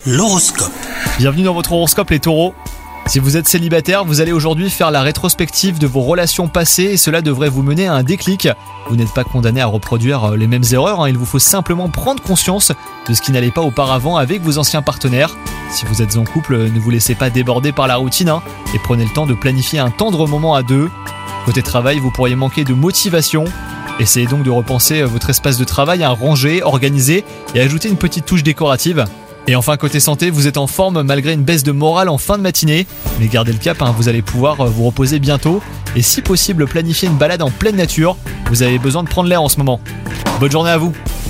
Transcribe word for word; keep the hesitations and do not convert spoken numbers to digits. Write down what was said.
L'horoscope. Bienvenue dans votre horoscope les taureaux. Si vous êtes célibataire, vous allez aujourd'hui faire la rétrospective de vos relations passées et cela devrait vous mener à un déclic. Vous n'êtes pas condamné à reproduire les mêmes erreurs, hein. Il vous faut simplement prendre conscience de ce qui n'allait pas auparavant avec vos anciens partenaires. Si vous êtes en couple, ne vous laissez pas déborder par la routine hein, et prenez le temps de planifier un tendre moment à deux. Côté travail, vous pourriez manquer de motivation. Essayez donc de repenser votre espace de travail à ranger, organiser et ajouter une petite touche décorative. Et enfin, côté santé, vous êtes en forme malgré une baisse de morale en fin de matinée. Mais gardez le cap, hein, vous allez pouvoir vous reposer bientôt. Et si possible, planifier une balade en pleine nature. Vous avez besoin de prendre l'air en ce moment. Bonne journée à vous.